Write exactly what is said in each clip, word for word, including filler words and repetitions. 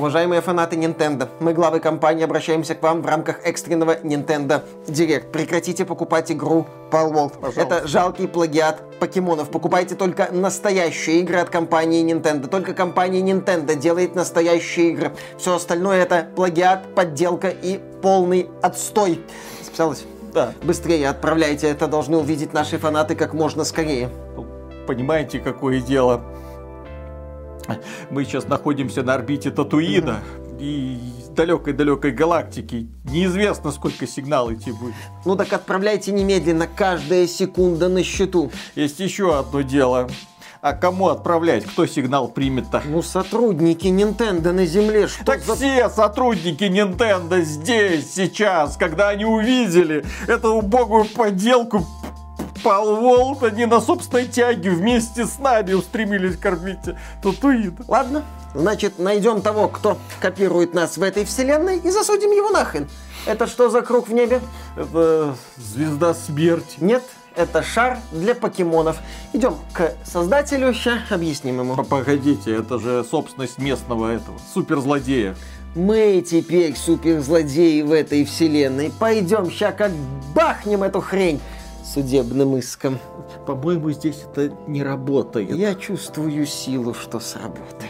Уважаемые фанаты Nintendo, мы, главы компании, обращаемся к вам в рамках экстренного Nintendo Direct. Прекратите покупать игру Palworld. Это жалкий плагиат покемонов. Покупайте только настоящие игры от компании Nintendo. Только компания Nintendo делает настоящие игры. Все остальное это плагиат, подделка и полный отстой. Записалось? Да. Быстрее отправляйте, это должны увидеть наши фанаты как можно скорее. Понимаете, какое дело? Мы сейчас находимся на орбите Татуина. Mm-hmm. И с далекой-далекой галактики. Неизвестно, сколько сигнал идти будет. Ну так отправляйте немедленно, каждая секунда на счету. Есть еще одно дело. А кому отправлять? Кто сигнал примет-то? Ну, сотрудники Nintendo на Земле. Что так за... все сотрудники Nintendo здесь, сейчас, когда они увидели эту убогую подделку Palworld, они на собственной тяге вместе с нами устремились кормить Татуин. Ладно, значит, найдем того, кто копирует нас в этой вселенной, и засудим его нахрен. Это что за круг в небе? Это звезда смерти. Нет. Это шар для покемонов. Идем к создателю, ща объясним ему. Погодите, это же собственность местного этого суперзлодея. Мы теперь суперзлодеи в этой вселенной. Пойдем, ща как бахнем эту хрень судебным иском. По-моему, здесь это не работает. Я чувствую силу, что сработает.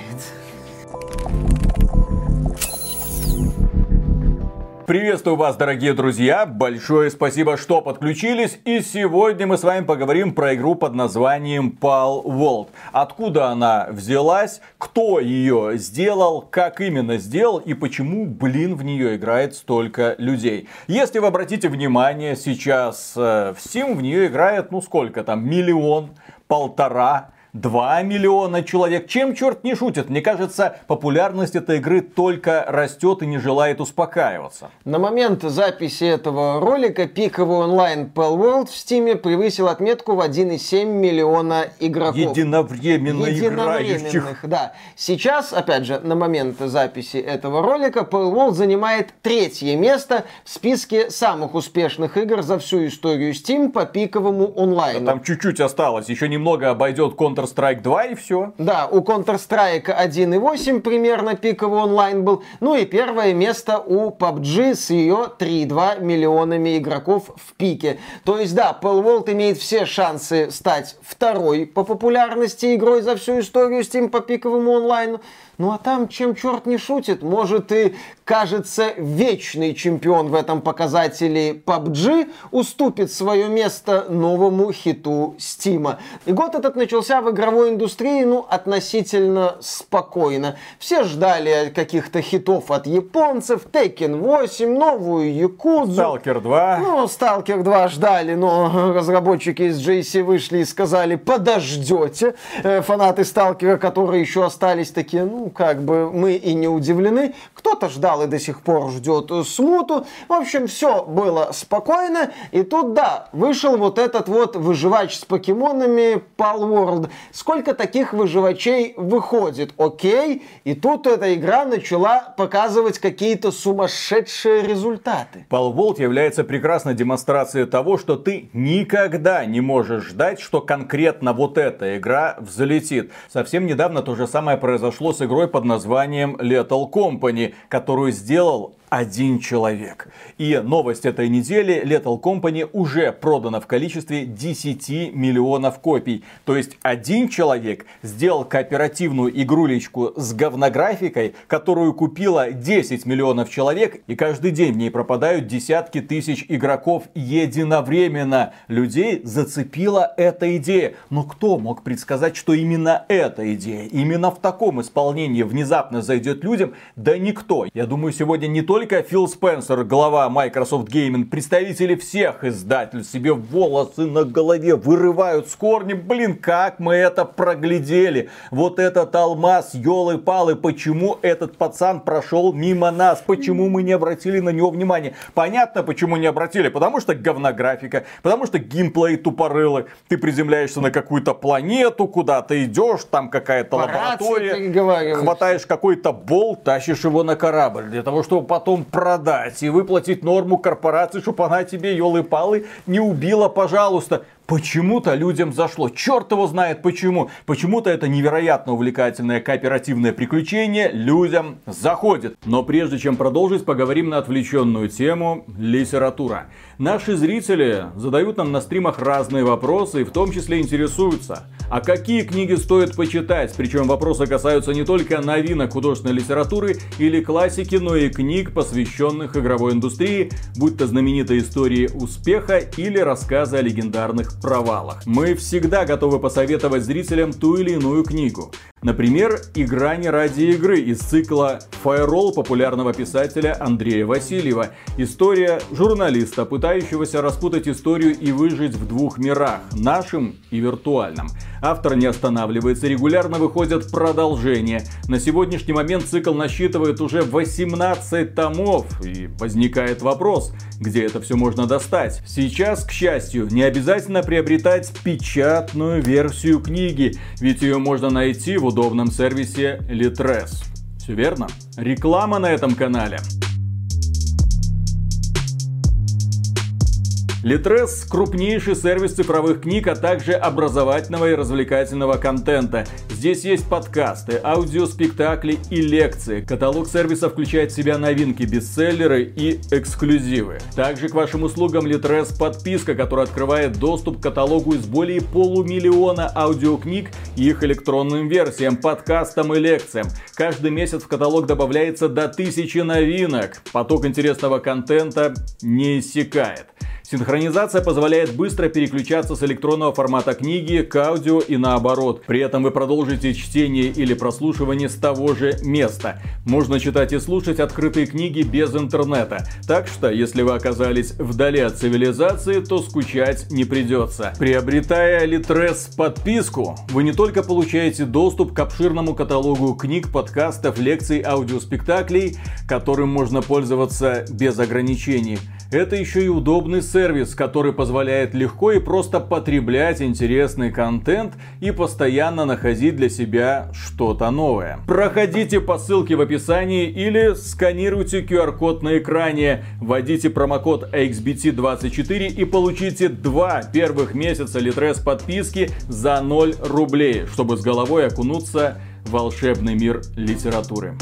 Приветствую вас, дорогие друзья! Большое спасибо, что подключились. И сегодня мы с вами поговорим про игру под названием Palworld. Откуда она взялась, кто ее сделал, как именно сделал и почему, блин, в нее играет столько людей. Если вы обратите внимание, сейчас в Steam в нее играет, ну сколько там, миллион, полтора... Два миллиона человек. Чем черт не шутит? Мне кажется, популярность этой игры только растет и не желает успокаиваться. На момент записи этого ролика пиковый онлайн Palworld в Steam превысил отметку в один и семь миллиона игроков. Единовременно, Единовременных, играющих. Да. Сейчас, опять же, на момент записи этого ролика Palworld занимает третье место в списке самых успешных игр за всю историю Steam по пиковому онлайну. Там чуть-чуть осталось. Еще немного обойдет Counter Counter-Strike два и все. Да, у Counter-Strike один и восемь примерно пиковый онлайн был. Ну и первое место у пи ю би джи с ее три и два миллионами игроков в пике. То есть да, Palworld имеет все шансы стать второй по популярности игрой за всю историю Steam по пиковому онлайну. Ну а там, чем черт не шутит, может и, кажется, вечный чемпион в этом показателе пи ю би джи уступит свое место новому хиту Стима. И год этот начался в игровой индустрии, ну, относительно спокойно. Все ждали каких-то хитов от японцев, Tekken восемь, новую Якудзу. Сталкер два. Ну, Сталкер два ждали, но разработчики из джей си вышли и сказали, подождете. Фанаты Сталкера, которые еще остались, такие, ну, как бы мы и не удивлены. Кто-то ждал и до сих пор ждет смуту. В общем, все было спокойно. И тут, да, вышел вот этот вот выживач с покемонами Palworld. Сколько таких выживачей выходит? Окей. И тут эта игра начала показывать какие-то сумасшедшие результаты. Palworld является прекрасной демонстрацией того, что ты никогда не можешь ждать, что конкретно вот эта игра взлетит. Совсем недавно то же самое произошло с игрой под названием Lethal Company, которую сделал один человек. И новость этой недели: Lethal Company уже продана в количестве десять миллионов копий. То есть один человек сделал кооперативную игрулечку с говнографикой, которую купило десять миллионов человек, и каждый день в ней пропадают десятки тысяч игроков единовременно. Людей зацепила эта идея. Но кто мог предсказать, что именно эта идея, именно в таком исполнении внезапно зайдет людям? Да никто. Я думаю, сегодня не только Только Фил Спенсер, глава Microsoft Gaming, представители всех издательств себе волосы на голове вырывают с корнем. Блин, как мы это проглядели. Вот этот алмаз, ёлы-палы, почему этот пацан прошел мимо нас? Почему мы не обратили на него внимания? Понятно, почему не обратили. Потому что говнографика, потому что геймплей тупорылый. Ты приземляешься на какую-то планету, куда ты идешь, там какая-то лаборатория, хватаешь какой-то болт, тащишь его на корабль для того, чтобы потом продать и выплатить норму корпорации, чтобы она тебе, ёлы-палы, не убила, пожалуйста. почему-то людям зашло. Черт его знает почему. Почему-то это невероятно увлекательное кооперативное приключение людям заходит. Но прежде чем продолжить, поговорим на отвлеченную тему литература. Наши зрители задают нам на стримах разные вопросы и в том числе интересуются, а какие книги стоит почитать? Причем вопросы касаются не только новинок художественной литературы или классики, но и книг, посвященных игровой индустрии, будь то знаменитые истории успеха или рассказы о легендарных провалах. Мы всегда готовы посоветовать зрителям ту или иную книгу. Например, «Игра не ради игры» из цикла «Firewall» популярного писателя Андрея Васильева. История журналиста, пытающегося распутать историю и выжить в двух мирах – нашем и виртуальном. Автор не останавливается, регулярно выходят продолжения. На сегодняшний момент цикл насчитывает уже восемнадцать томов. И возникает вопрос, где это все можно достать? Сейчас, к счастью, не обязательно приобретать печатную версию книги, ведь ее можно найти в удобном сервисе Litres. Все верно? Реклама на этом канале. Litres – крупнейший сервис цифровых книг, а также образовательного и развлекательного контента. Здесь есть подкасты, аудиоспектакли и лекции. Каталог сервиса включает в себя новинки, бестселлеры и эксклюзивы. Также к вашим услугам Litres подписка, которая открывает доступ к каталогу из более полумиллиона аудиокниг и их электронным версиям, подкастам и лекциям. Каждый месяц в каталог добавляется до тысячи новинок. Поток интересного контента не иссякает. Синхронизация позволяет быстро переключаться с электронного формата книги к аудио и наоборот. При этом вы продолжите чтение или прослушивание с того же места. Можно читать и слушать открытые книги без интернета. Так что, если вы оказались вдали от цивилизации, то скучать не придется. Приобретая Litres подписку, вы не только получаете доступ к обширному каталогу книг, подкастов, лекций, аудиоспектаклей, которым можно пользоваться без ограничений. Это еще и удобный сервис, который позволяет легко и просто потреблять интересный контент и постоянно находить для себя что-то новое. Проходите по ссылке в описании или сканируйте ку ар код на экране, вводите промокод икс би ти двадцать четыре и получите два первых месяца Litres подписки за ноль рублей, чтобы с головой окунуться в волшебный мир литературы.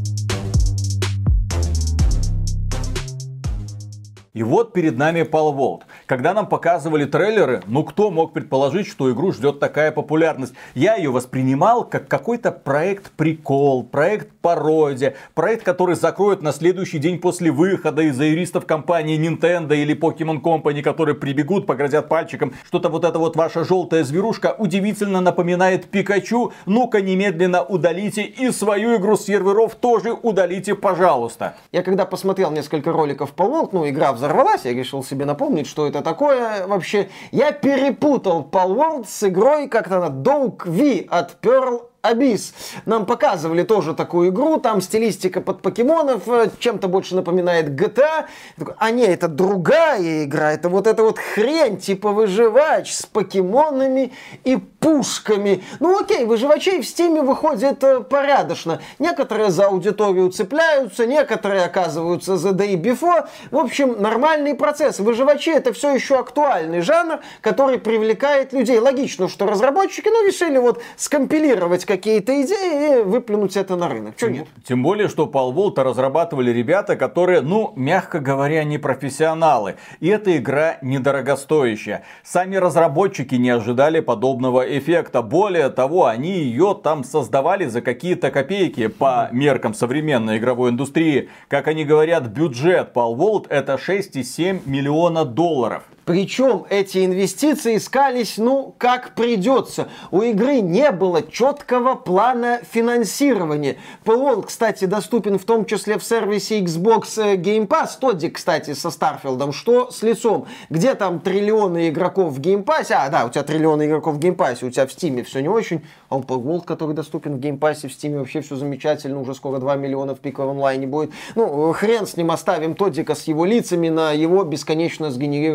И вот перед нами Palworld. Когда нам показывали трейлеры, ну кто мог предположить, что игру ждет такая популярность? Я ее воспринимал как какой-то проект-прикол, проект-пародия, проект, который закроют на следующий день после выхода из-за юристов компании Nintendo или Pokemon Company, которые прибегут, погрозят пальчиком. Что-то вот эта вот ваша желтая зверушка удивительно напоминает Пикачу. Ну-ка немедленно удалите и свою игру с серверов тоже удалите, пожалуйста. Я когда посмотрел несколько роликов Palworld, ну игра взорвалась, я решил себе напомнить, что это такое вообще. Я перепутал Palworld с игрой как-то на Dog V от Pearl Abyss. Нам показывали тоже такую игру, там стилистика под покемонов, чем-то больше напоминает джи ти эй. А не, это другая игра, это вот эта вот хрень, типа выживач с покемонами и пушками. Ну окей, выживачей в Стиме выходит порядочно. Некоторые за аудиторию цепляются, некоторые оказываются the day before. В общем, нормальный процесс. Выживачи это все еще актуальный жанр, который привлекает людей. Логично, что разработчики, ну, решили вот скомпилировать какие-то идеи и выплюнуть это на рынок. Чего нет? Тем более, что Palworld разрабатывали ребята, которые, ну, мягко говоря, не профессионалы. И эта игра недорогостоящая. Сами разработчики не ожидали подобного эффекта. Более того, они ее там создавали за какие-то копейки по меркам современной игровой индустрии. Как они говорят, бюджет Palworld это шесть целых семь десятых миллиона долларов. Причем эти инвестиции искались, ну, как придется. У игры не было четкого плана финансирования. Palworld, кстати, доступен в том числе в сервисе Xbox Game Pass. Тодик, кстати, со Старфилдом. Что с лицом? Где там триллионы игроков в Game Pass? А, да, у тебя триллионы игроков в Game Pass, у тебя в Steam все не очень. А у Palworld, который доступен в Game Pass и в Steam, вообще все замечательно. Уже скоро два миллиона в пиковом онлайне будет. Ну, хрен с ним, оставим Тодика с его лицами на его бесконечно сгенерированных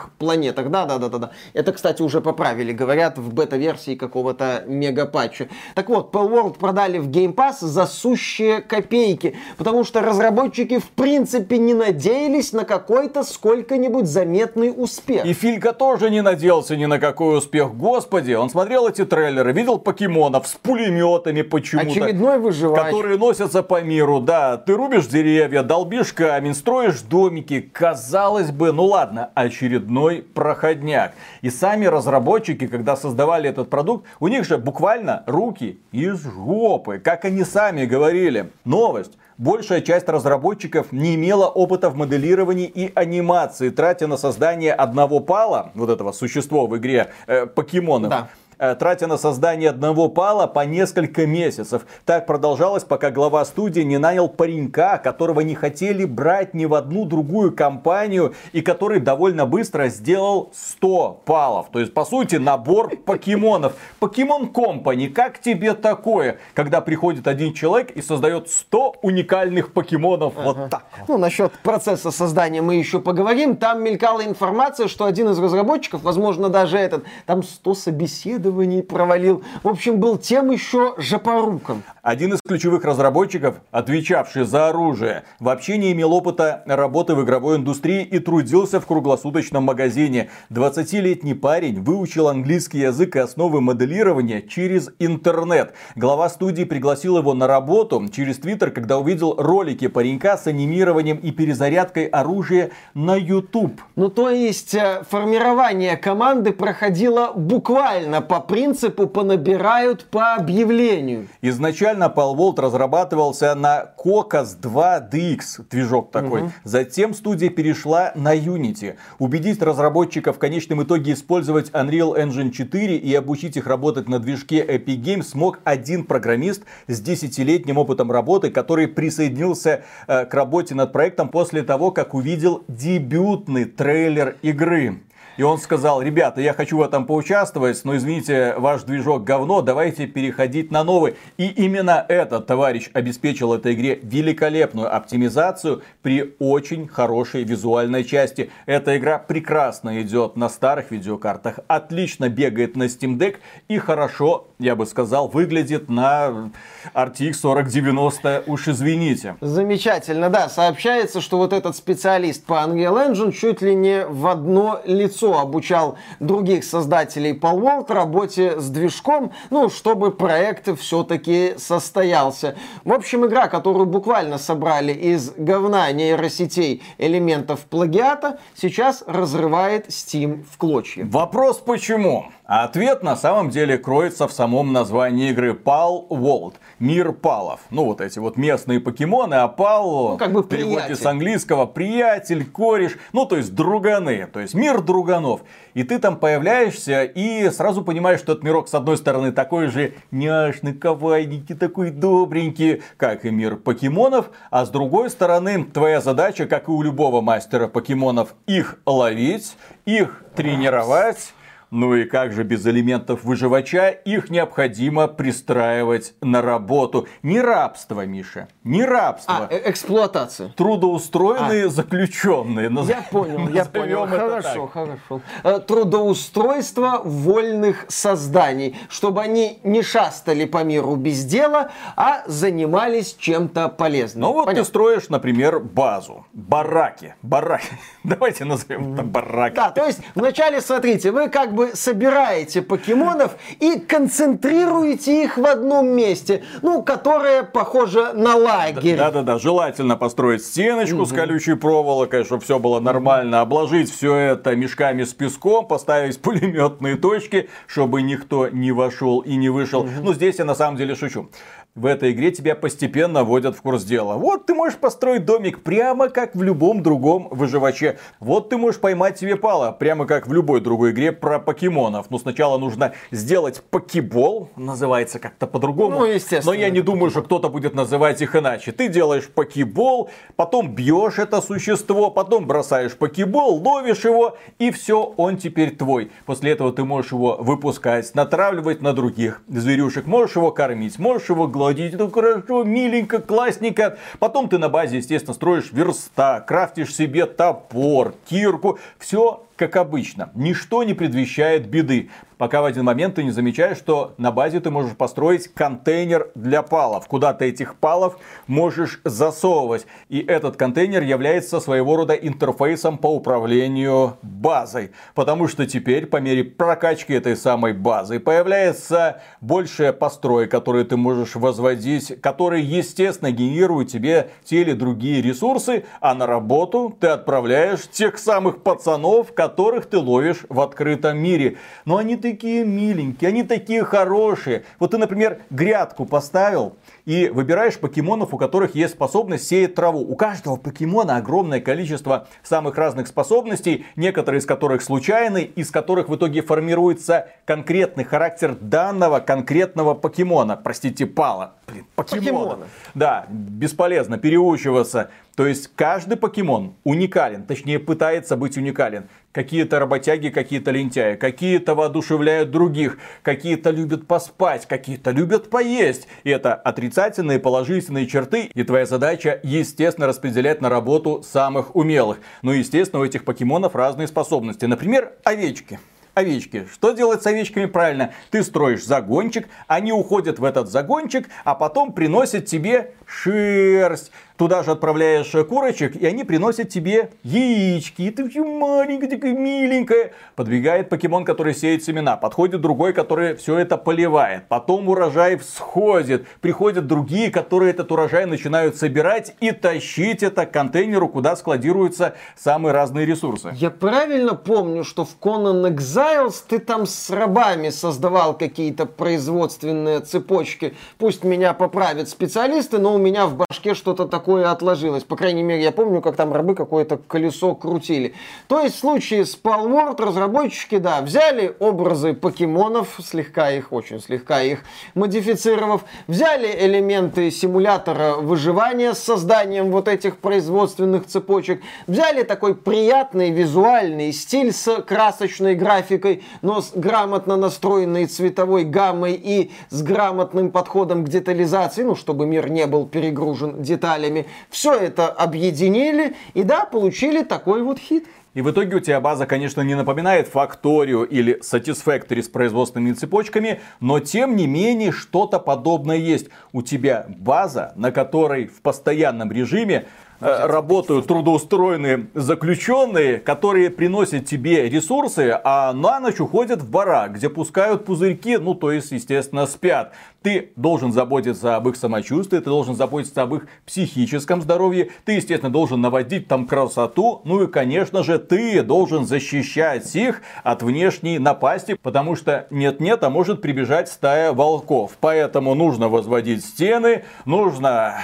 других планетах. Да-да-да-да. Это, кстати, уже поправили, говорят, в бета-версии какого-то мега-патча. Так вот, Palworld продали в Game Pass за сущие копейки, потому что разработчики в принципе не надеялись на какой-то сколько-нибудь заметный успех. И Филька тоже не надеялся ни на какой успех. Господи, он смотрел эти трейлеры, видел покемонов с пулеметами почему-то. Очередной выживач. Которые носятся по миру, да. Ты рубишь деревья, долбишь камень, строишь домики. Казалось бы, ну ладно, очередной проходняк. И сами разработчики, когда создавали этот продукт, у них же буквально руки из жопы, как они сами говорили. Новость. Большая часть разработчиков не имела опыта в моделировании и анимации, тратя на создание одного пала, вот этого существа в игре, э, покемонов. Да. Тратя на создание одного пала по несколько месяцев. Так продолжалось, пока глава студии не нанял паренька, которого не хотели брать ни в одну другую компанию, и который довольно быстро сделал сто палов. То есть, по сути, набор покемонов. Покемон Компани, как тебе такое, когда приходит один человек и создает сто уникальных покемонов? Ага. Вот так. Ну, насчет процесса создания мы еще поговорим. Там мелькала информация, что один из разработчиков, возможно, даже этот, там сто собеседований провалил. В общем, был тем еще жопоруком. Один из ключевых разработчиков, отвечавший за оружие, вообще не имел опыта работы в игровой индустрии и трудился в круглосуточном магазине. двадцатилетний парень выучил английский язык и основы моделирования через интернет. Глава студии пригласил его на работу через Твиттер, когда увидел ролики паренька с анимированием и перезарядкой оружия на YouTube. Ну, то есть, формирование команды проходило буквально по принципу понабирают по объявлению. Изначально Palworld разрабатывался на Кокос два ди икс, движок такой. Угу. Затем студия перешла на Unity. Убедить разработчиков в конечном итоге использовать Unreal Engine четыре и обучить их работать на движке Epic Games смог один программист с десятилетним опытом работы, который присоединился э, к работе над проектом после того, как увидел дебютный трейлер игры. И он сказал: ребята, я хочу в этом поучаствовать, но извините, ваш движок говно, давайте переходить на новый. И именно этот товарищ обеспечил этой игре великолепную оптимизацию при очень хорошей визуальной части. Эта игра прекрасно идет на старых видеокартах, отлично бегает на Steam Deck и хорошо, я бы сказал, выглядит на ар ти икс сорок девяносто, уж извините. Замечательно, да, сообщается, что вот этот специалист по Unreal Engine чуть ли не в одно лицо обучал других создателей Palworld работе с движком, ну, чтобы проект все-таки состоялся. В общем, игра, которую буквально собрали из говна нейросетей элементов плагиата, сейчас разрывает Steam в клочья. Вопрос почему? А ответ на самом деле кроется в самом названии игры. Palworld. Мир палов. Ну, вот эти вот местные покемоны, а пал, ну, как бы в переводе с английского приятель, кореш, ну, то есть друганы, то есть мир друганов. И ты там появляешься и сразу понимаешь, что этот мирок с одной стороны такой же няшный, кавайненький, такой добренький, как и мир покемонов, а с другой стороны твоя задача, как и у любого мастера покемонов, их ловить, их тренировать. Ну и как же без элементов выживача, их необходимо пристраивать на работу. Не рабство, Миша, не рабство. А, э эксплуатация. Трудоустроенные а. заключенные. Я понял, я понял. Хорошо, хорошо. Трудоустройство вольных созданий, чтобы они не шастали по миру без дела, а занимались чем-то полезным. Ну вот понятно. Ты строишь, например, базу, бараки, бараки. Давайте назовем это бараки. Да, то есть вначале, смотрите, вы как бы собираете покемонов и концентрируете их в одном месте, ну, которое похоже на лагерь. Да-да-да, желательно построить стеночку угу. с колючей проволокой, чтобы все было нормально, обложить все это мешками с песком, поставить пулеметные точки, чтобы никто не вошел и не вышел. Угу. Ну, здесь я на самом деле шучу. В этой игре тебя постепенно вводят в курс дела. Вот ты можешь построить домик прямо как в любом другом выживаче. Вот ты можешь поймать себе пала, прямо как в любой другой игре про покемонов. Но сначала нужно сделать покебол, называется как-то по-другому. Ну, естественно. Но я не думаю, что кто-то будет называть их иначе. Ты делаешь покебол, потом бьешь это существо, потом бросаешь покебол, ловишь его, и все, он теперь твой. После этого ты можешь его выпускать, натравливать на других зверюшек, можешь его кормить, можешь его гладить. Это хорошо, миленько, классненько. Потом ты на базе, естественно, строишь верстак, крафтишь себе топор, кирку. Все как обычно. Ничто не предвещает беды. Пока в один момент ты не замечаешь, что на базе ты можешь построить контейнер для палов, куда ты этих палов можешь засовывать. И этот контейнер является своего рода интерфейсом по управлению базой. Потому что теперь, по мере прокачки этой самой базы, появляется большая постройка, которую ты можешь возводить, которые, естественно, генерируют тебе те или другие ресурсы, а на работу ты отправляешь тех самых пацанов, которых ты ловишь в открытом мире. Но они такие миленькие, они такие хорошие. Вот ты, например, грядку поставил и выбираешь покемонов, у которых есть способность сеять траву. У каждого покемона огромное количество самых разных способностей, некоторые из которых случайны, из которых в итоге формируется конкретный характер данного конкретного покемона. Простите, пала. Блин, покемона. покемона. Да, бесполезно переучиваться. То есть каждый покемон уникален, точнее пытается быть уникален. Какие-то работяги, какие-то лентяи, какие-то воодушевляют других, какие-то любят поспать, какие-то любят поесть. И это отрицательные, положительные черты. И твоя задача, естественно, распределять на работу самых умелых. Но, естественно, у этих покемонов разные способности. Например, овечки. Овечки. Что делать с овечками правильно? Ты строишь загончик, они уходят в этот загончик, а потом приносят тебе шерсть. Туда же отправляешь курочек, и они приносят тебе яички. И ты маленькая, такая миленькая. Подбегает покемон, который сеет семена. Подходит другой, который все это поливает. Потом урожай всходит. Приходят другие, которые этот урожай начинают собирать и тащить это к контейнеру, куда складируются самые разные ресурсы. Я правильно помню, что в Conan Exiles ты там с рабами создавал какие-то производственные цепочки. Пусть меня поправят специалисты, но у меня в башке что-то такое отложилось. По крайней мере, я помню, как там рабы какое-то колесо крутили. То есть в случае с Palworld разработчики, да, взяли образы покемонов, слегка их, очень слегка их модифицировав, взяли элементы симулятора выживания с созданием вот этих производственных цепочек, взяли такой приятный визуальный стиль с красочной графикой, но с грамотно настроенной цветовой гаммой и с грамотным подходом к детализации, ну, чтобы мир не был перегружен деталями. Все это объединили и, да, получили такой вот хит. И в итоге у тебя база, конечно, не напоминает Факторию или Satisfactory с производственными цепочками, но тем не менее что-то подобное есть. У тебя база, на которой в постоянном режиме работают трудоустроенные заключенные, которые приносят тебе ресурсы, а на ночь уходят в барак, где пускают пузырьки, ну то есть, естественно, спят. Ты должен заботиться об их самочувствии, ты должен заботиться об их психическом здоровье, ты, естественно, должен наводить там красоту, ну и, конечно же, ты должен защищать их от внешней напасти, потому что нет-нет, а может прибежать стая волков. Поэтому нужно возводить стены, нужно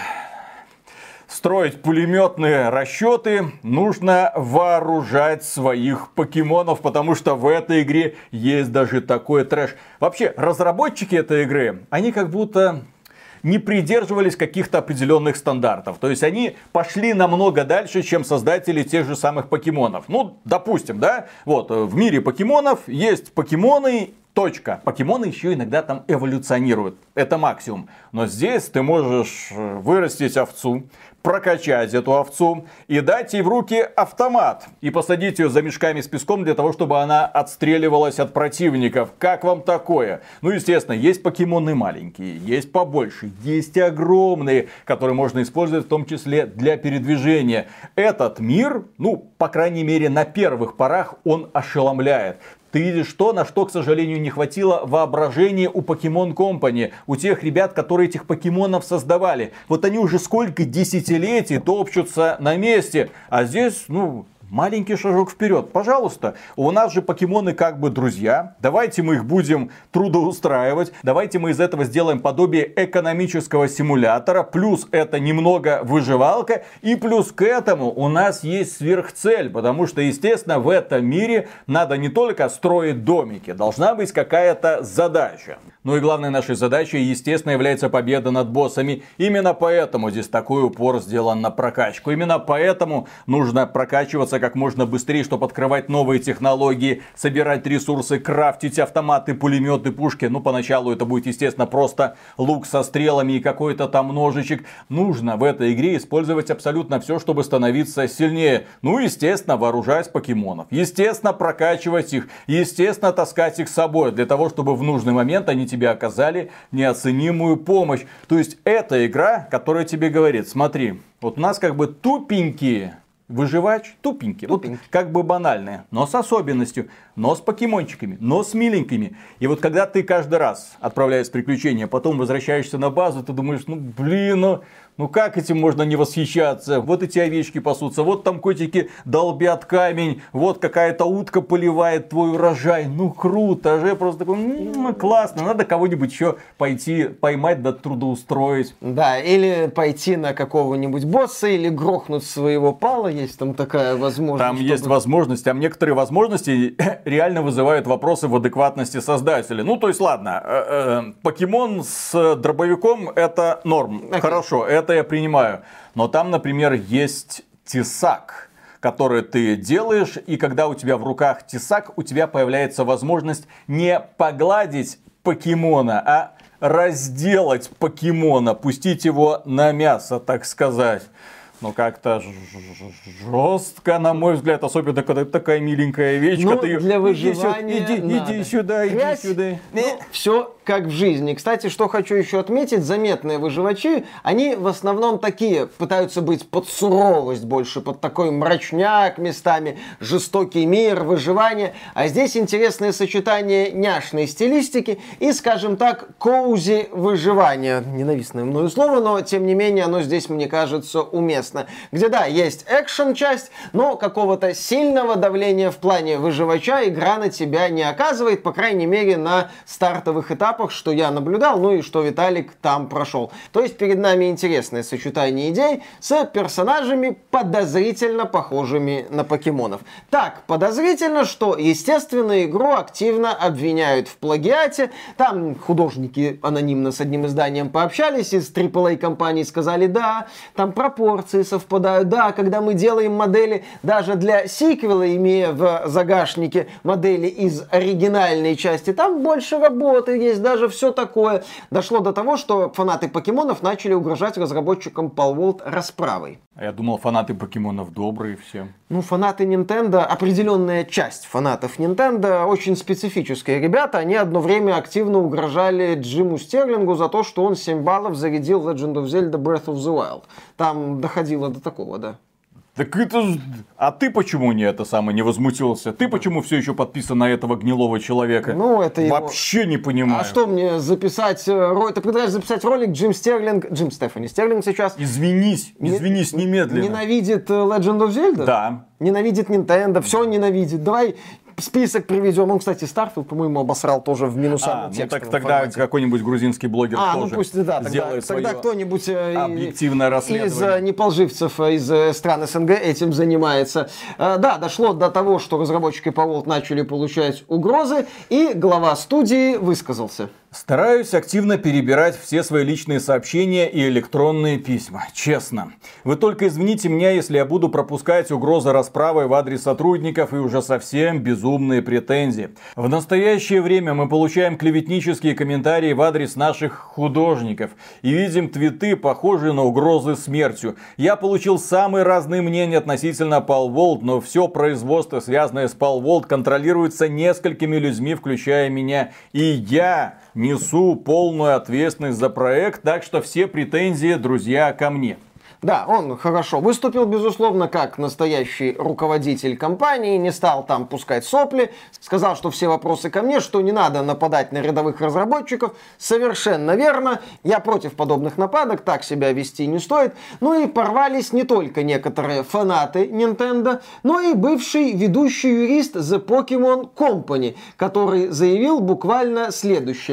строить пулеметные расчеты, нужно вооружать своих покемонов, потому что в этой игре есть даже такой трэш. Вообще, разработчики этой игры, они как будто не придерживались каких-то определенных стандартов. То есть они пошли намного дальше, чем создатели тех же самых покемонов. Ну, допустим, да, вот в мире покемонов есть покемоны. Точка. Покемоны еще иногда там эволюционируют. Это максимум. Но здесь ты можешь вырастить овцу, прокачать эту овцу и дать ей в руки автомат. И посадить ее за мешками с песком для того, чтобы она отстреливалась от противников. Как вам такое? Ну, естественно, есть покемоны маленькие, есть побольше, есть огромные, которые можно использовать в том числе для передвижения. Этот мир, ну, по крайней мере, на первых порах он ошеломляет. Ты видишь то, на что, к сожалению, не хватило воображения у Pokemon Company. У тех ребят, которые этих покемонов создавали. Вот они уже сколько десятилетий топчутся на месте. А здесь, ну, маленький шажок вперед. Пожалуйста, у нас же покемоны как бы друзья. Давайте мы их будем трудоустраивать. Давайте мы из этого сделаем подобие экономического симулятора. Плюс это немного выживалка. И плюс к этому у нас есть сверхцель. Потому что, естественно, в этом мире надо не только строить домики. Должна быть какая-то задача. Ну и главной нашей задачей, естественно, является победа над боссами. Именно поэтому здесь такой упор сделан на прокачку. Именно поэтому нужно прокачиваться как можно быстрее, чтобы открывать новые технологии, собирать ресурсы, крафтить автоматы, пулеметы, пушки. Ну, поначалу это будет, естественно, просто лук со стрелами и какой-то там ножичек. Нужно в этой игре использовать абсолютно все, чтобы становиться сильнее. Ну, естественно, вооружать покемонов. Естественно, прокачивать их. Естественно, таскать их с собой. Для того, чтобы в нужный момент они тебе оказали неоценимую помощь. То есть, это игра, которая тебе говорит, смотри, вот у нас как бы тупенькие выживач, тупенький, вот как бы банальные, но с особенностью, но с покемончиками, но с миленькими. И вот когда ты каждый раз отправляешь приключения, потом возвращаешься на базу, ты думаешь, ну блин, ну... Ну как этим можно не восхищаться? Вот эти овечки пасутся, вот там котики долбят камень, вот какая-то утка поливает твой урожай. Ну круто же, просто такой, ну классно, надо кого-нибудь еще пойти поймать да трудоустроить. Да, или пойти на какого-нибудь босса, или грохнуть своего пала, есть там такая возможность. Там чтобы... есть возможность, а некоторые возможности реально вызывают вопросы в адекватности создателя. Ну то есть ладно, покемон с дробовиком это норм, okay. Хорошо, это Это я принимаю. Но там, например, есть тесак, который ты делаешь, и когда у тебя в руках тесак, у тебя появляется возможность не погладить покемона, а разделать покемона, пустить его на мясо, так сказать. Ну, как-то жестко, на мой взгляд, особенно когда такая миленькая овечка. Ну, ты для выживания иди, иди, иди сюда, иди Грязь. сюда. Ну, все как в жизни. Кстати, что хочу еще отметить, заметные выживачи, они в основном такие, пытаются быть под суровость больше, под такой мрачняк местами, жестокий мир, выживание. А здесь интересное сочетание няшной стилистики и, скажем так, коузи выживания. Ненавистное мною слово, но тем не менее оно здесь, мне кажется, уместно. Где, да, есть экшен-часть, но какого-то сильного давления в плане выживача игра на тебя не оказывает, по крайней мере, на стартовых этапах, что я наблюдал, ну и что Виталик там прошел. То есть перед нами интересное сочетание идей с персонажами, подозрительно похожими на покемонов. Так подозрительно, что, естественно, игру активно обвиняют в плагиате. Там художники анонимно с одним изданием пообщались, из трипл эй компании сказали, да, там пропорции совпадают, да, когда мы делаем модели даже для сиквела, имея в загашнике модели из оригинальной части, там больше работы есть, даже все такое. Дошло до того, что фанаты покемонов начали угрожать разработчикам Palworld расправой. А я думал, фанаты покемонов добрые все. Ну, фанаты Nintendo, определенная часть фанатов Nintendo, очень специфические ребята. Они одно время активно угрожали Джиму Стерлингу за то, что он семь баллов зарядил Legend of Zelda Breath of the Wild. Там доходило до такого, да. Так это... А ты почему не это самое, не возмутился? Ты почему все еще подписан на этого гнилого человека? Ну, это его... Вообще не понимаю. А что мне записать... Ты предлагаешь записать ролик Джим Стерлинг... Джим Стефани Стерлинг сейчас... Извинись, извинись не... немедленно. Ненавидит Legend of Zelda? Да. Ненавидит Nintendo, все ненавидит. Давай... Список приведем. Он, кстати, Starfield, по-моему, обосрал тоже в минусовом а, ну текстовом так тогда формате. Какой-нибудь грузинский блогер а, тоже ну пусть, да, тогда, сделает тогда свое кто-нибудь объективное расследование. из неполживцев из стран СНГ этим занимается. Да, дошло до того, что разработчики Palworld начали получать угрозы, и глава студии высказался. Стараюсь активно перебирать все свои личные сообщения и электронные письма. Честно. Вы только извините меня, если я буду пропускать угрозы расправы в адрес сотрудников и уже совсем безумные претензии. В настоящее время мы получаем клеветнические комментарии в адрес наших художников и видим твиты, похожие на угрозы смертью. Я получил самые разные мнения относительно Palworld, но все производство, связанное с Palworld, контролируется несколькими людьми, включая меня. И я... несу полную ответственность за проект, так что все претензии, друзья, ко мне. Да, он хорошо выступил, безусловно, как настоящий руководитель компании, не стал там пускать сопли, сказал, что все вопросы ко мне, что не надо нападать на рядовых разработчиков. Совершенно верно, я против подобных нападок, так себя вести не стоит. Ну и порвались не только некоторые фанаты Nintendo, но и бывший ведущий юрист The Pokemon Company, который заявил буквально следующее.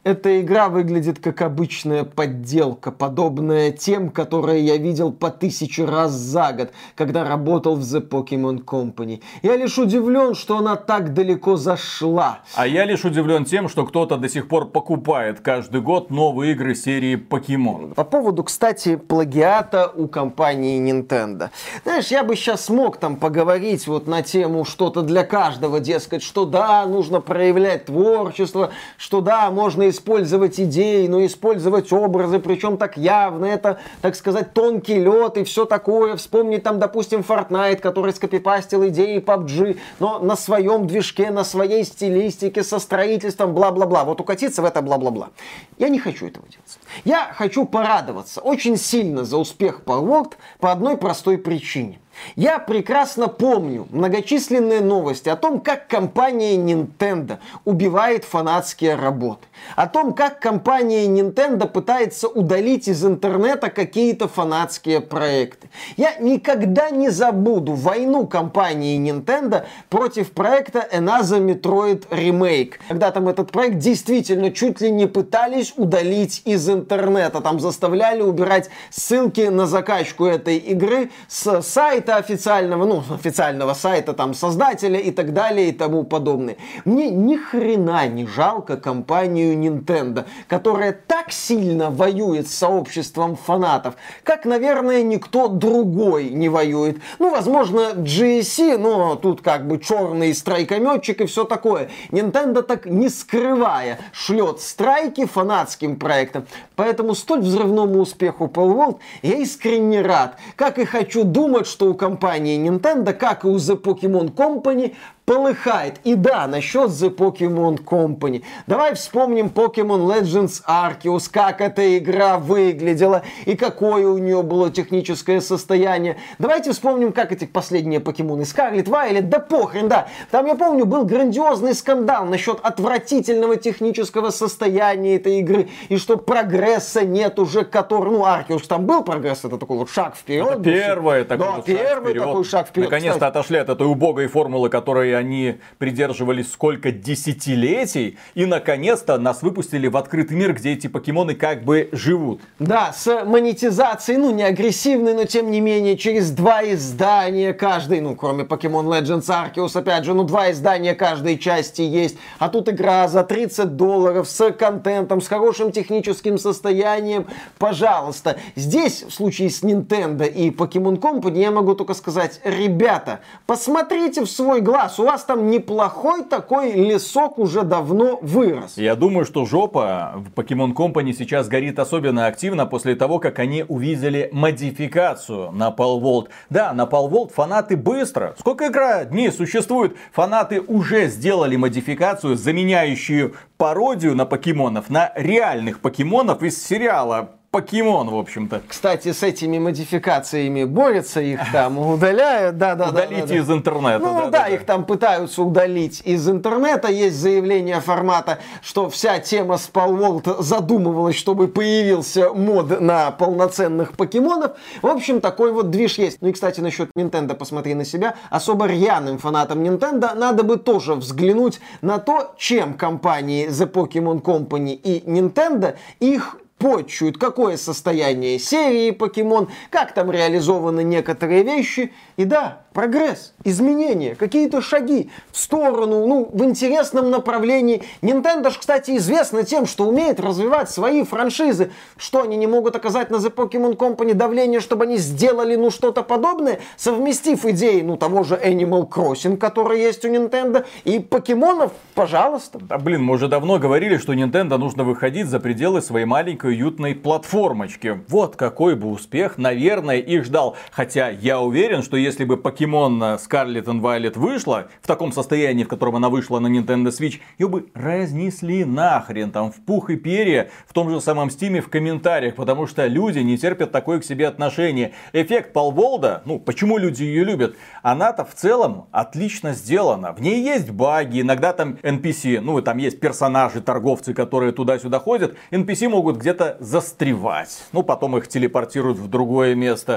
Эта игра выглядит как обычная подделка, подобная тем, которые я видел по тысячу раз за год, когда работал в The Pokemon Company. Я лишь удивлен, что она так далеко зашла. А я лишь удивлен тем, что кто-то до сих пор покупает каждый год новые игры серии Pokemon. По поводу, кстати, плагиата у компании Nintendo. Знаешь, я бы сейчас смог там поговорить вот на тему что-то для каждого, дескать, что да, нужно проявлять творчество, что да, можно использовать идеи, но использовать образы, причем так явно, это, так сказать, тонкий лед и все такое. Вспомнить там, допустим, Fortnite, который скопипастил идеи пабг, но на своем движке, на своей стилистике, со строительством, бла-бла-бла. Вот укатиться в это бла-бла-бла. Я не хочу этого делать. Я хочу порадоваться очень сильно за успех Palworld по одной простой причине. Я прекрасно помню многочисленные новости о том, как компания Nintendo убивает фанатские работы. О том, как компания Nintendo пытается удалить из интернета какие-то фанатские проекты. Я никогда не забуду войну компании Nintendo против проекта Another Metroid Remake. Когда там этот проект действительно чуть ли не пытались удалить из интернета. Там заставляли убирать ссылки на закачку этой игры с сайта официального, ну, официального сайта там создателя и так далее и тому подобное. Мне ни хрена не жалко компанию Nintendo, которая так сильно воюет с сообществом фанатов, как, наверное, никто другой не воюет. Ну, возможно, джи эс си, но тут как бы черный страйкометчик и все такое. Nintendo так не скрывая шлет страйки фанатским проектам. Поэтому столь взрывному успеху Palworld я искренне рад. Как и хочу думать, что у компании Nintendo, как и у The Pokemon Company, полыхает. И да, насчет The Pokemon Company. Давай вспомним Pokemon Legends Arceus, как эта игра выглядела и какое у нее было техническое состояние. Давайте вспомним, как эти последние покемоны Scarlet, Violet, да похрен, да. Там, я помню, был грандиозный скандал насчет отвратительного технического состояния этой игры и что прогресса нет уже, который... Ну, Arceus там был прогресс, это такой вот шаг вперед. Это первый такой, да, вот первый шаг такой шаг вперед. Наконец-то Кстати, отошли от этой убогой формулы, которой они придерживались сколько десятилетий, и наконец-то нас выпустили в открытый мир, где эти покемоны как бы живут. Да, с монетизацией, ну не агрессивной, но тем не менее через два издания каждой, ну кроме Pokemon Legends Arceus, опять же, ну два издания каждой части есть, а тут игра за тридцать долларов с контентом, с хорошим техническим состоянием, пожалуйста. Здесь, в случае с Nintendo и Pokemon Company, я могу только сказать, ребята, посмотрите в свой глаз, у вас там неплохой такой лесок уже давно вырос. Я думаю, что жопа в Pokemon Company сейчас горит особенно активно после того, как они увидели модификацию на Palworld. Да, на Palworld фанаты быстро. Сколько игра дней существует? Фанаты уже сделали модификацию, заменяющую пародию на покемонов на реальных покемонов из сериала Покемон, в общем-то. Кстати, с этими модификациями борются, их там удаляют. Да, да, Удалите да, да, из интернета. Ну да, да, да, их да. там пытаются удалить из интернета. Есть заявление формата, что вся тема с Palworld задумывалась, чтобы появился мод на полноценных покемонов. В общем, такой вот движ есть. Ну и, кстати, насчет Nintendo, посмотри на себя. Особо рьяным фанатам Nintendo надо бы тоже взглянуть на то, чем компании The Pokemon Company и Nintendo их почуют, какое состояние серии Покемон, как там реализованы некоторые вещи. И да, прогресс, изменения, какие-то шаги в сторону, ну, в интересном направлении. Nintendo ж, кстати, известна тем, что умеет развивать свои франшизы. Что, они не могут оказать на The Pokemon Company давление, чтобы они сделали, ну, что-то подобное, совместив идеи, ну, того же Animal Crossing, который есть у Nintendo, и покемонов, пожалуйста. Да, блин, мы уже давно говорили, что Nintendo нужно выходить за пределы своей маленькой уютной платформочки. Вот какой бы успех, наверное, их ждал. Хотя я уверен, что если бы Pokemon Scarlet and Violet вышла в таком состоянии, в котором она вышла на Nintendo Switch, ее бы разнесли нахрен там в пух и перья в том же самом Steam в комментариях, потому что люди не терпят такое к себе отношение. Эффект Palworld, ну почему люди ее любят, она-то в целом отлично сделана. В ней есть баги, иногда там эн пи си, ну там есть персонажи, торговцы, которые туда-сюда ходят, эн пи си могут где-то застревать, ну потом их телепортируют в другое место.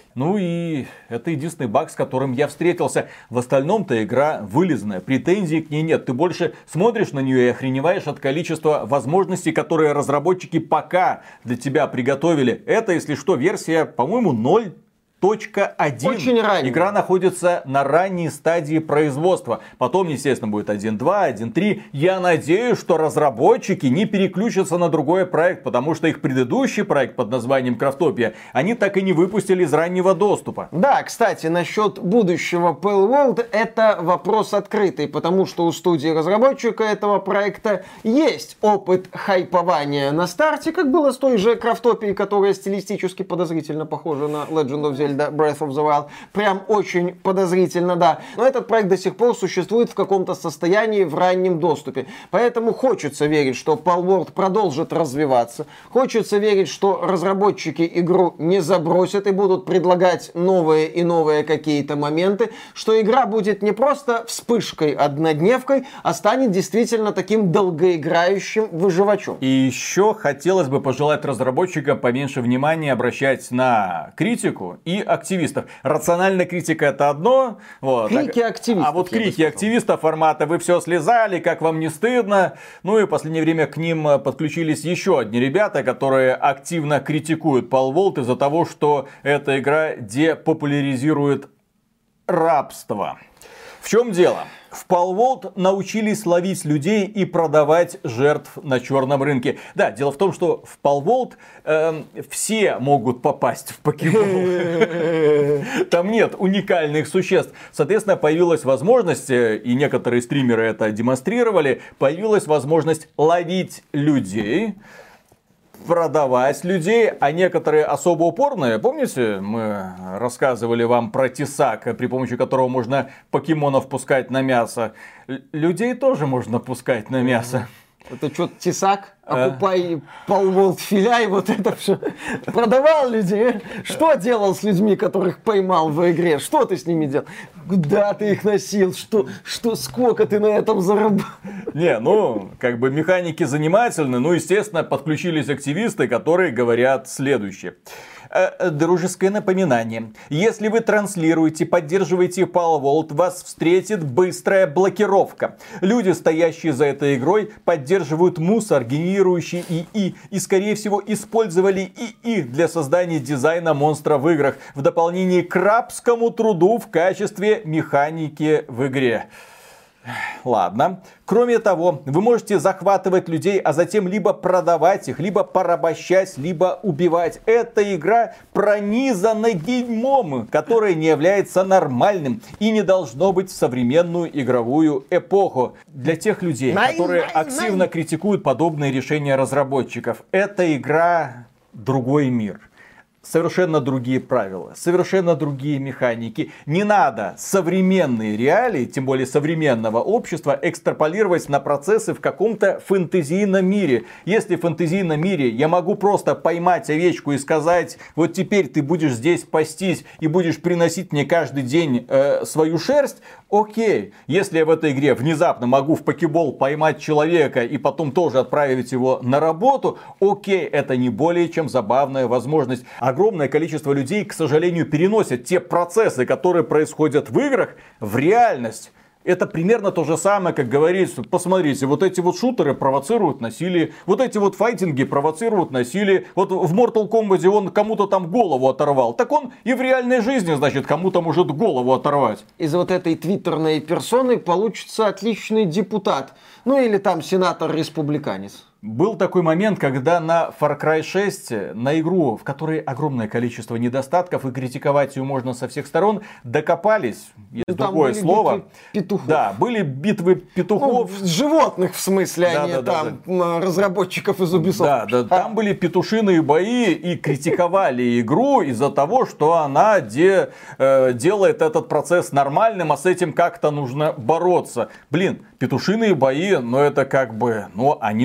Ну и это единственный баг, с которым я встретился. В остальном-то игра вылезная, претензий к ней нет. Ты больше смотришь на нее и охреневаешь от количества возможностей, которые разработчики пока для тебя приготовили. Это, если что, версия, по-моему, ноль точка один. Очень ранняя. Игра находится на ранней стадии производства. Потом, естественно, будет один точка два, один точка три. Я надеюсь, что разработчики не переключатся на другой проект, потому что их предыдущий проект под названием Крафтопия они так и не выпустили из раннего доступа. Да, кстати, насчет будущего Palworld, это вопрос открытый, потому что у студии разработчика этого проекта есть опыт хайпования на старте, как было с той же Крафтопией, которая стилистически подозрительно похожа на Legend of Zelda Breath of the Wild. Прям очень подозрительно, да. Но этот проект до сих пор существует в каком-то состоянии в раннем доступе. Поэтому хочется верить, что Palworld продолжит развиваться. Хочется верить, что разработчики игру не забросят и будут предлагать новые и новые какие-то моменты. Что игра будет не просто вспышкой, однодневкой, а станет действительно таким долгоиграющим выживачом. И еще хотелось бы пожелать разработчикам поменьше внимания обращать на критику и активистов. Рациональная критика это одно. Вот. Крики активистов. А вот крики активистов формата «Вы все слезали, как вам не стыдно?». Ну и в последнее время к ним подключились еще одни ребята, которые активно критикуют Palworld из-за того, что эта игра депопуляризирует рабство. В чем дело? В Palworld научились ловить людей и продавать жертв на черном рынке. Да, дело в том, что в Palworld э, все могут попасть в покемон. Там нет уникальных существ. Соответственно, появилась возможность, и некоторые стримеры это демонстрировали, появилась возможность ловить людей, продавать людей, а некоторые особо упорные, помните, мы рассказывали вам про тесак, при помощи которого можно покемонов пускать на мясо. Л- людей тоже можно пускать на мясо. Это что, тесак? Окупай Palworld филя и вот это все. Продавал людей. Что делал с людьми, которых поймал в игре? Что ты с ними делал? Куда ты их носил? Что, что сколько ты на этом заработал? Не, ну, как бы механики занимательны. Ну, естественно, подключились активисты, которые говорят следующее. Дружеское напоминание. Если вы транслируете, поддерживаете Palworld, вас встретит быстрая блокировка. Люди, стоящие за этой игрой, поддерживают мусор, генерирующий ИИ, и, скорее всего, использовали ИИ для создания дизайна монстра в играх, в дополнение к рабскому труду в качестве механики в игре. Ладно. Кроме того, вы можете захватывать людей, а затем либо продавать их, либо порабощать, либо убивать. Эта игра пронизана дерьмом, которое не является нормальным и не должно быть в современную игровую эпоху. Для тех людей, Най, которые най, активно най. критикуют подобные решения разработчиков, эта игра другой мир. Совершенно другие правила, совершенно другие механики. Не надо современные реалии, тем более современного общества, экстраполировать на процессы в каком-то фэнтезийном мире. Если в фэнтезийном мире я могу просто поймать овечку и сказать, вот теперь ты будешь здесь пастись и будешь приносить мне каждый день э, свою шерсть, окей. Если я в этой игре внезапно могу в покебол поймать человека и потом тоже отправить его на работу, окей, это не более чем забавная возможность. Огромное количество людей, к сожалению, переносят те процессы, которые происходят в играх, в реальность. Это примерно то же самое, как говорится, посмотрите, вот эти вот шутеры провоцируют насилие, вот эти вот файтинги провоцируют насилие, вот в Mortal Kombat он кому-то там голову оторвал, так он и в реальной жизни, значит, кому-то может голову оторвать. Из вот этой твиттерной персоны получится отличный депутат. Ну или там сенатор-республиканец. Был такой момент, когда на Far Cry шесть, на игру, в которой огромное количество недостатков и критиковать ее можно со всех сторон, докопались, есть Ну, там другое были слово. битвы петухов. Да, были битвы петухов. Ну, животных, в смысле, Да, а не да, да, там м, разработчиков из Ubisoft. Да, да, там были петушиные бои и критиковали игру из-за того, что она де, э, делает этот процесс нормальным, а с этим как-то нужно бороться. Блин, петушиные бои, но это как бы, ну, они существуют.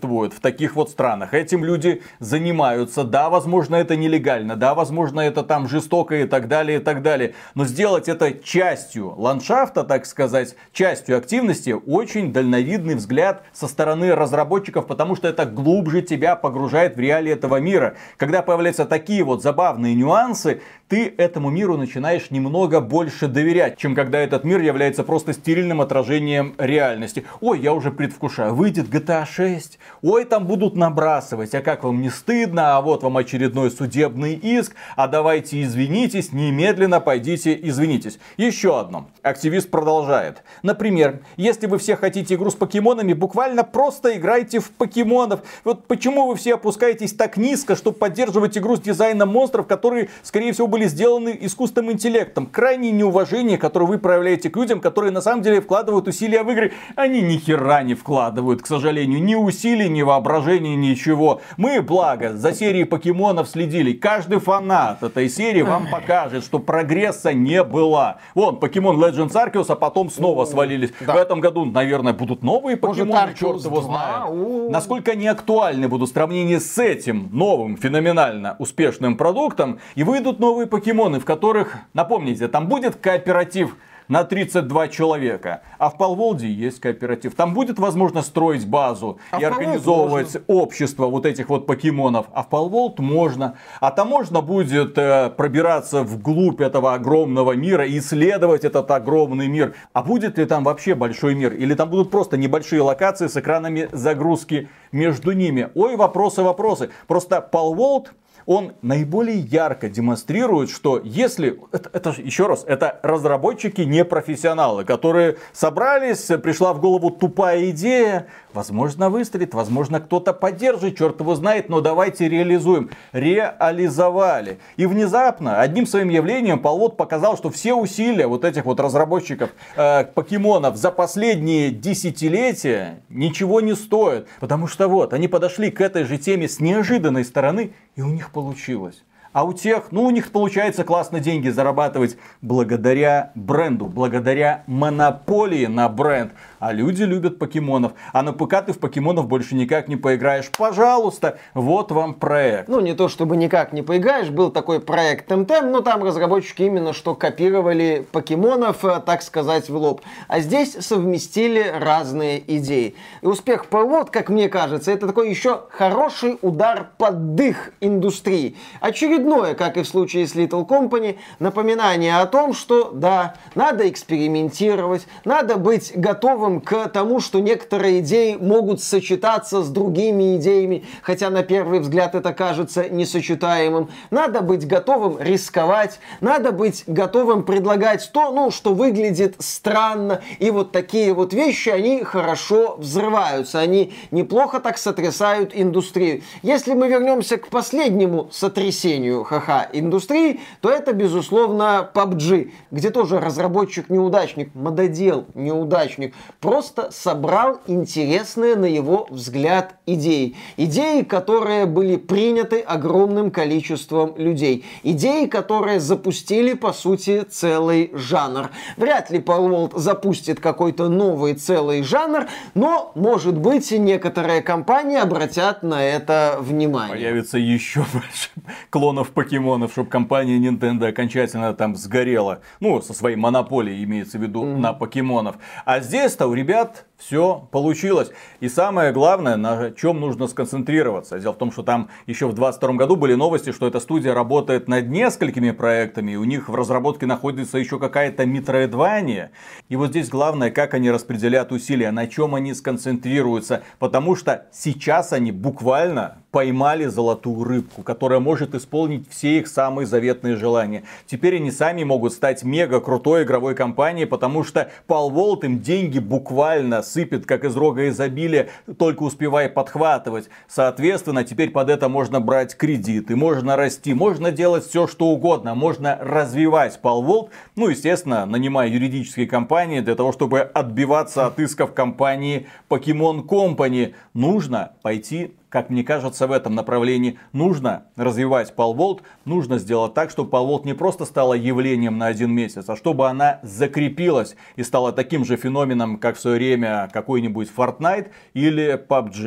существует в таких вот странах. Этим люди занимаются. Да, возможно, это нелегально. Да, возможно, это там жестоко и так далее, и так далее. Но сделать это частью ландшафта, так сказать, частью активности, очень дальновидный взгляд со стороны разработчиков, потому что это глубже тебя погружает в реалии этого мира. Когда появляются такие вот забавные нюансы, ты этому миру начинаешь немного больше доверять, чем когда этот мир является просто стерильным отражением реальности. Ой, я уже предвкушаю, выйдет джи ти эй шесть, ой, там будут набрасывать, а как вам не стыдно, а вот вам очередной судебный иск, а давайте извинитесь, немедленно пойдите извинитесь. Еще одно. Активист продолжает. Например, если вы все хотите игру с покемонами, буквально просто играйте в покемонов. Вот почему вы все опускаетесь так низко, чтобы поддерживать игру с дизайном монстров, которые, скорее всего, были сделаны искусственным интеллектом. Крайнее неуважение, которое вы проявляете к людям, которые на самом деле вкладывают усилия в игры. Они ни хера не вкладывают, к сожалению, ни усилий, ни воображения, ничего. Мы, благо, за серией покемонов следили. Каждый фанат этой серии вам покажет, что прогресса не было. Вон, Покемон Legends Arceus, а потом снова свалились. Да. В этом году, наверное, будут новые покемоны, черт его знает. Насколько они актуальны будут в сравнении с этим новым, феноменально успешным продуктом. И выйдут новые покемоны, в которых, напомните, там будет кооператив на тридцать два человека. А в Palworld есть кооператив. Там будет возможность строить базу а и организовывать можно. общество вот этих вот покемонов. А в Palworld можно. А там можно будет э, пробираться вглубь этого огромного мира и исследовать этот огромный мир. А будет ли там вообще большой мир? Или там будут просто небольшие локации с экранами загрузки между ними? Ой, вопросы, вопросы. Просто Palworld, он наиболее ярко демонстрирует, что если, это, это еще раз, это разработчики не профессионалы, которые собрались, пришла в голову тупая идея, возможно выстрелит, возможно кто-то поддержит, черт его знает, но давайте реализуем. Реализовали. И внезапно, одним своим явлением, Palworld показал, что все усилия вот этих вот разработчиков э, покемонов за последние десятилетия ничего не стоят. Потому что вот, они подошли к этой же теме с неожиданной стороны, и у них получилось. А у тех, ну, у них получается классно деньги зарабатывать благодаря бренду, благодаря монополии на бренд. А люди любят покемонов. А на ПК ты в покемонов больше никак не поиграешь. Пожалуйста, вот вам проект. Ну, не то чтобы никак не поиграешь. Был такой проект Темтем, но там разработчики именно что копировали покемонов, так сказать, в лоб. А здесь совместили разные идеи. И успех Palworld, как мне кажется, это такой еще хороший удар под дых индустрии. Очередное, как и в случае с Little Company, напоминание о том, что да, надо экспериментировать, надо быть готовым к тому, что некоторые идеи могут сочетаться с другими идеями, хотя на первый взгляд это кажется несочетаемым. Надо быть готовым рисковать, надо быть готовым предлагать то, ну, что выглядит странно. И вот такие вот вещи, они хорошо взрываются, они неплохо так сотрясают индустрию. Если мы вернемся к последнему сотрясению ха-ха индустрии, то это, безусловно, пабг, где тоже разработчик-неудачник, мододел-неудачник, просто собрал интересные, на его взгляд, идеи. Идеи, которые были приняты огромным количеством людей. Идеи, которые запустили, по сути, целый жанр. Вряд ли Palworld запустит какой-то новый целый жанр, но, может быть, некоторые компании обратят на это внимание. Появится еще больше клонов покемонов, чтобы компания Nintendo окончательно там сгорела. Ну, со своей монополией, имеется в виду, mm. на покемонов. А здесь-то у ребят все получилось. И самое главное, на чем нужно сконцентрироваться. Дело в том, что там еще в двадцать втором году были новости, что эта студия работает над несколькими проектами. И у них в разработке находится еще какая-то Metroidvania. И вот здесь главное, как они распределяют усилия, на чем они сконцентрируются. Потому что сейчас они буквально поймали золотую рыбку, которая может исполнить все их самые заветные желания. Теперь они сами могут стать мега крутой игровой компанией, потому что Palworld им деньги буквально сыпет, как из рога изобилия, только успевай подхватывать. Соответственно, теперь под это можно брать кредиты, можно расти, можно делать все, что угодно, можно развивать Palworld. Ну, естественно, нанимая юридические компании для того, чтобы отбиваться от исков компании Pokemon Company, нужно пойти, как мне кажется, в этом направлении. Нужно развивать Palworld, нужно сделать так, чтобы Palworld не просто стала явлением на один месяц, а чтобы она закрепилась и стала таким же феноменом, как в свое время какой-нибудь Fortnite или пабг.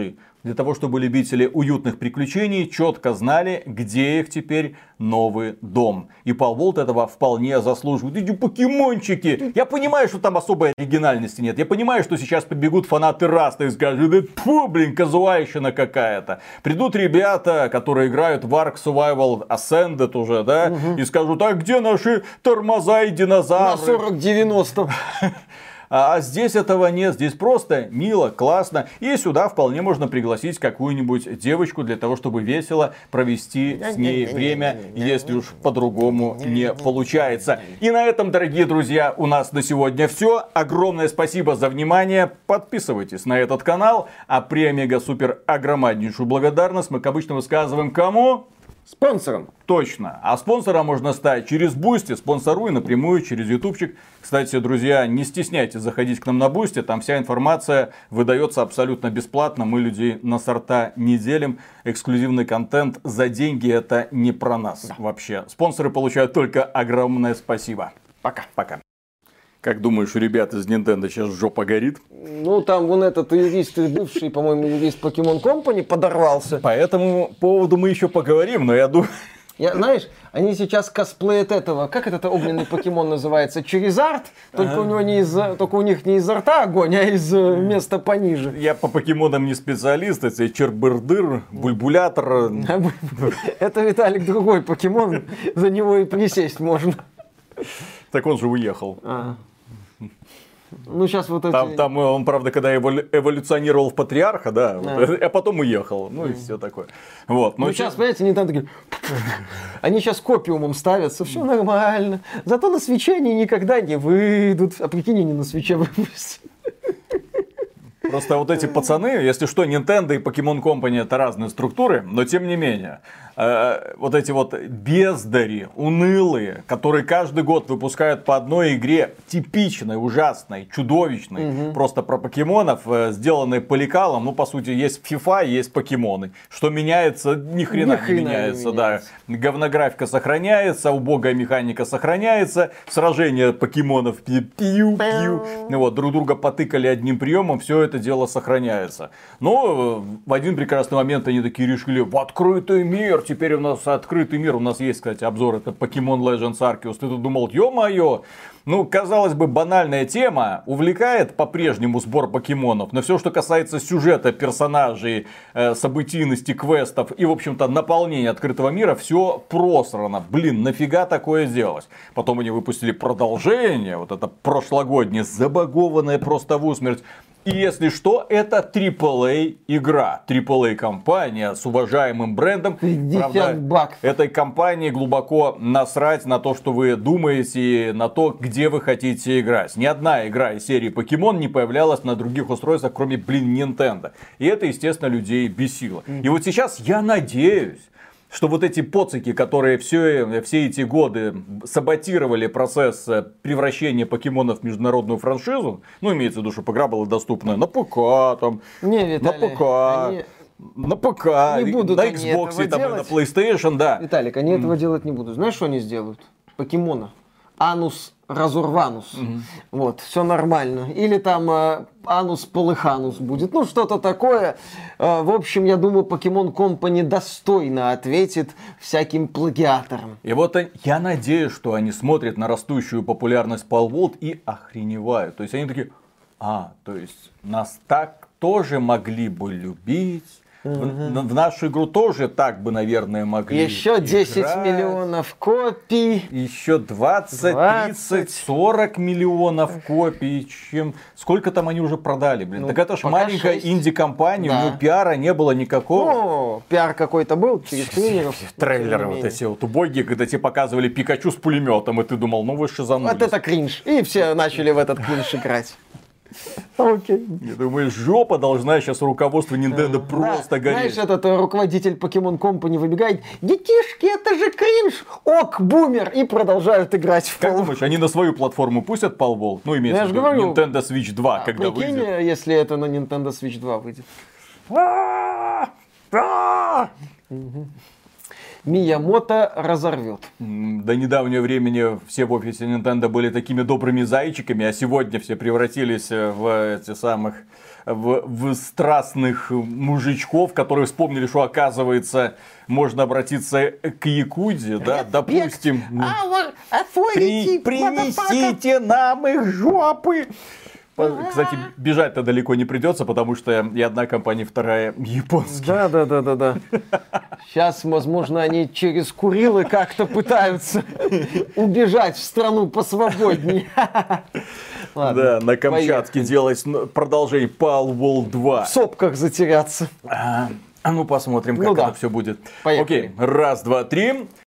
для того, чтобы любители уютных приключений четко знали, где их теперь новый дом. И Пал Волт этого вполне заслуживает. Эти покемончики! Я понимаю, что там особой оригинальности нет. Я понимаю, что сейчас побегут фанаты Раста и скажут: да фу, блин, казуальщина какая-то. Придут ребята, которые играют в Ark Survival Ascended уже, да, угу. и скажут: а где наши тормоза и динозавры? На сорок девяносто. А здесь этого нет, здесь просто мило, классно. И сюда вполне можно пригласить какую-нибудь девочку для того, чтобы весело провести с ней время, если уж по-другому не получается. И на этом, дорогие друзья, у нас на сегодня все. Огромное спасибо за внимание. Подписывайтесь на этот канал. А премега-супер огромнейшую благодарность мы, как обычно, высказываем кому? Спонсором. Точно. А спонсором можно стать через Бусти, спонсоруй напрямую через ютубчик. Кстати, друзья, не стесняйтесь заходить к нам на Бусти. Там вся информация выдается абсолютно бесплатно. Мы людей на сорта не делим. Эксклюзивный контент за деньги — это не про нас вообще. Спонсоры получают только огромное спасибо. Пока. Пока. Как думаешь, у ребят из Nintendo сейчас жопа горит? Ну, там вон этот юрист, бывший, по-моему, юрист Pokemon Company подорвался. По этому поводу мы еще поговорим, но я думаю... Я, знаешь, они сейчас косплеят этого, как этот огненный покемон называется, Charizard, только, ага. у него не из, только у них не изо рта огонь, а из места пониже. Я по покемонам не специалист, это Чербырдыр, Бульбулятор. Это, Виталик, другой покемон, за него и присесть можно. Так он же уехал. А. Ну, сейчас вот там, эти... там он, правда, когда эволюционировал в патриарха, да, а, вот, а потом уехал. Ну, и все такое. Вот. Но ну, сейчас, сейчас, понимаете, не там такие... Они сейчас копиумом ставятся, все нормально. Зато на свече они никогда не выйдут. А прикинь, они на свече выпустят. Просто вот эти пацаны, если что, Nintendo и Pokemon Company — это разные структуры, но тем не менее, э, вот эти вот бездари, унылые, которые каждый год выпускают по одной игре типичной, ужасной, чудовищной, угу. просто про покемонов, э, сделанной по лекалам. Ну, по сути, есть FIFA, есть покемоны. Что меняется, ни хрена, ни хрена не меняется, не да. Говнографика сохраняется, убогая механика сохраняется, сражения покемонов пью-пью, вот, друг друга потыкали одним приемом, все это дело сохраняется. Но в один прекрасный момент они такие решили: в открытый мир, теперь у нас открытый мир. У нас есть, кстати, обзор, это Pokemon Legends Arceus. Ты тут думал: ё-моё, ну, казалось бы, банальная тема, увлекает по-прежнему сбор покемонов, но все, что касается сюжета, персонажей, э, событийности, квестов и, в общем-то, наполнения открытого мира, все просрано. Блин, нафига такое делалось? Потом они выпустили продолжение, вот это прошлогоднее, забагованное просто в усмерть. И если что, это трипл эй игра, трипл эй компания с уважаемым брендом. Правда, этой компании глубоко насрать на то, что вы думаете, на то, где вы хотите играть. Ни одна игра из серии Pokemon не появлялась на других устройствах, кроме, блин, Nintendo. И это, естественно, людей бесило. И вот сейчас я надеюсь, что вот эти поцики, которые все, все эти годы саботировали процесс превращения покемонов в международную франшизу, ну, имеется в виду, что игра была доступна на ПК, там, не, Виталий, на ПК, они... на ПК, не будут на Xbox, там, и на PlayStation, да. Виталик, они mm. этого делать не будут. Знаешь, что они сделают? Покемона. Анус Разурванус. Угу. Вот, все нормально. Или там э, Анус Полыханус будет. Ну, что-то такое. Э, в общем, я думаю, Pokemon Company достойно ответит всяким плагиаторам. И вот я надеюсь, что они смотрят на растущую популярность Pal World и охреневают. То есть они такие: а, то есть нас так тоже могли бы любить. В, в нашу игру тоже так бы, наверное, могли Еще десять играть. Миллионов копий. Еще двадцать, тридцать, сорок миллионов копий. Чем... Сколько там они уже продали, блин? Ну, так это ж маленькая инди-компания, да. У нее пиара не было никакого. Ну, пиар какой-то был через тренеров. Трейлеры вот эти вот убогие, когда тебе показывали Пикачу с пулеметом, и ты думал: ну вы шизанулись. Вот это кринж. И все начали в этот кринж играть. Окей. Я думаю, жопа должна сейчас руководство Nintendo просто да, гореть. Знаешь, этот руководитель Pokemon Company выбегает: детишки, это же кринж! Ок, бумер! И продолжают играть в Pal. Как думаешь, они на свою платформу пустят Pal World? Ну, имеется в виду Nintendo Switch два, а, когда прикинь, выйдет. Если это на Nintendo Switch два выйдет. Миямото разорвет. До недавнего времени все в офисе Nintendo были такими добрыми зайчиками, а сегодня все превратились в эти самых в, в страстных мужичков, которые вспомнили, что оказывается можно обратиться к Якудзе, да, допустим. При, принесите нам их жопы. Кстати, бежать-то далеко не придется, потому что и одна компания, и вторая японские. Да, да, да, да, да. Сейчас, возможно, они через Курилы как-то пытаются убежать в страну посвободнее. Ладно, да, на Камчатке поехали. Делать продолжение Palworld два. В сопках затеряться. А, ну, посмотрим, как ну, это да. все будет. Поехали. Окей, раз, два, три.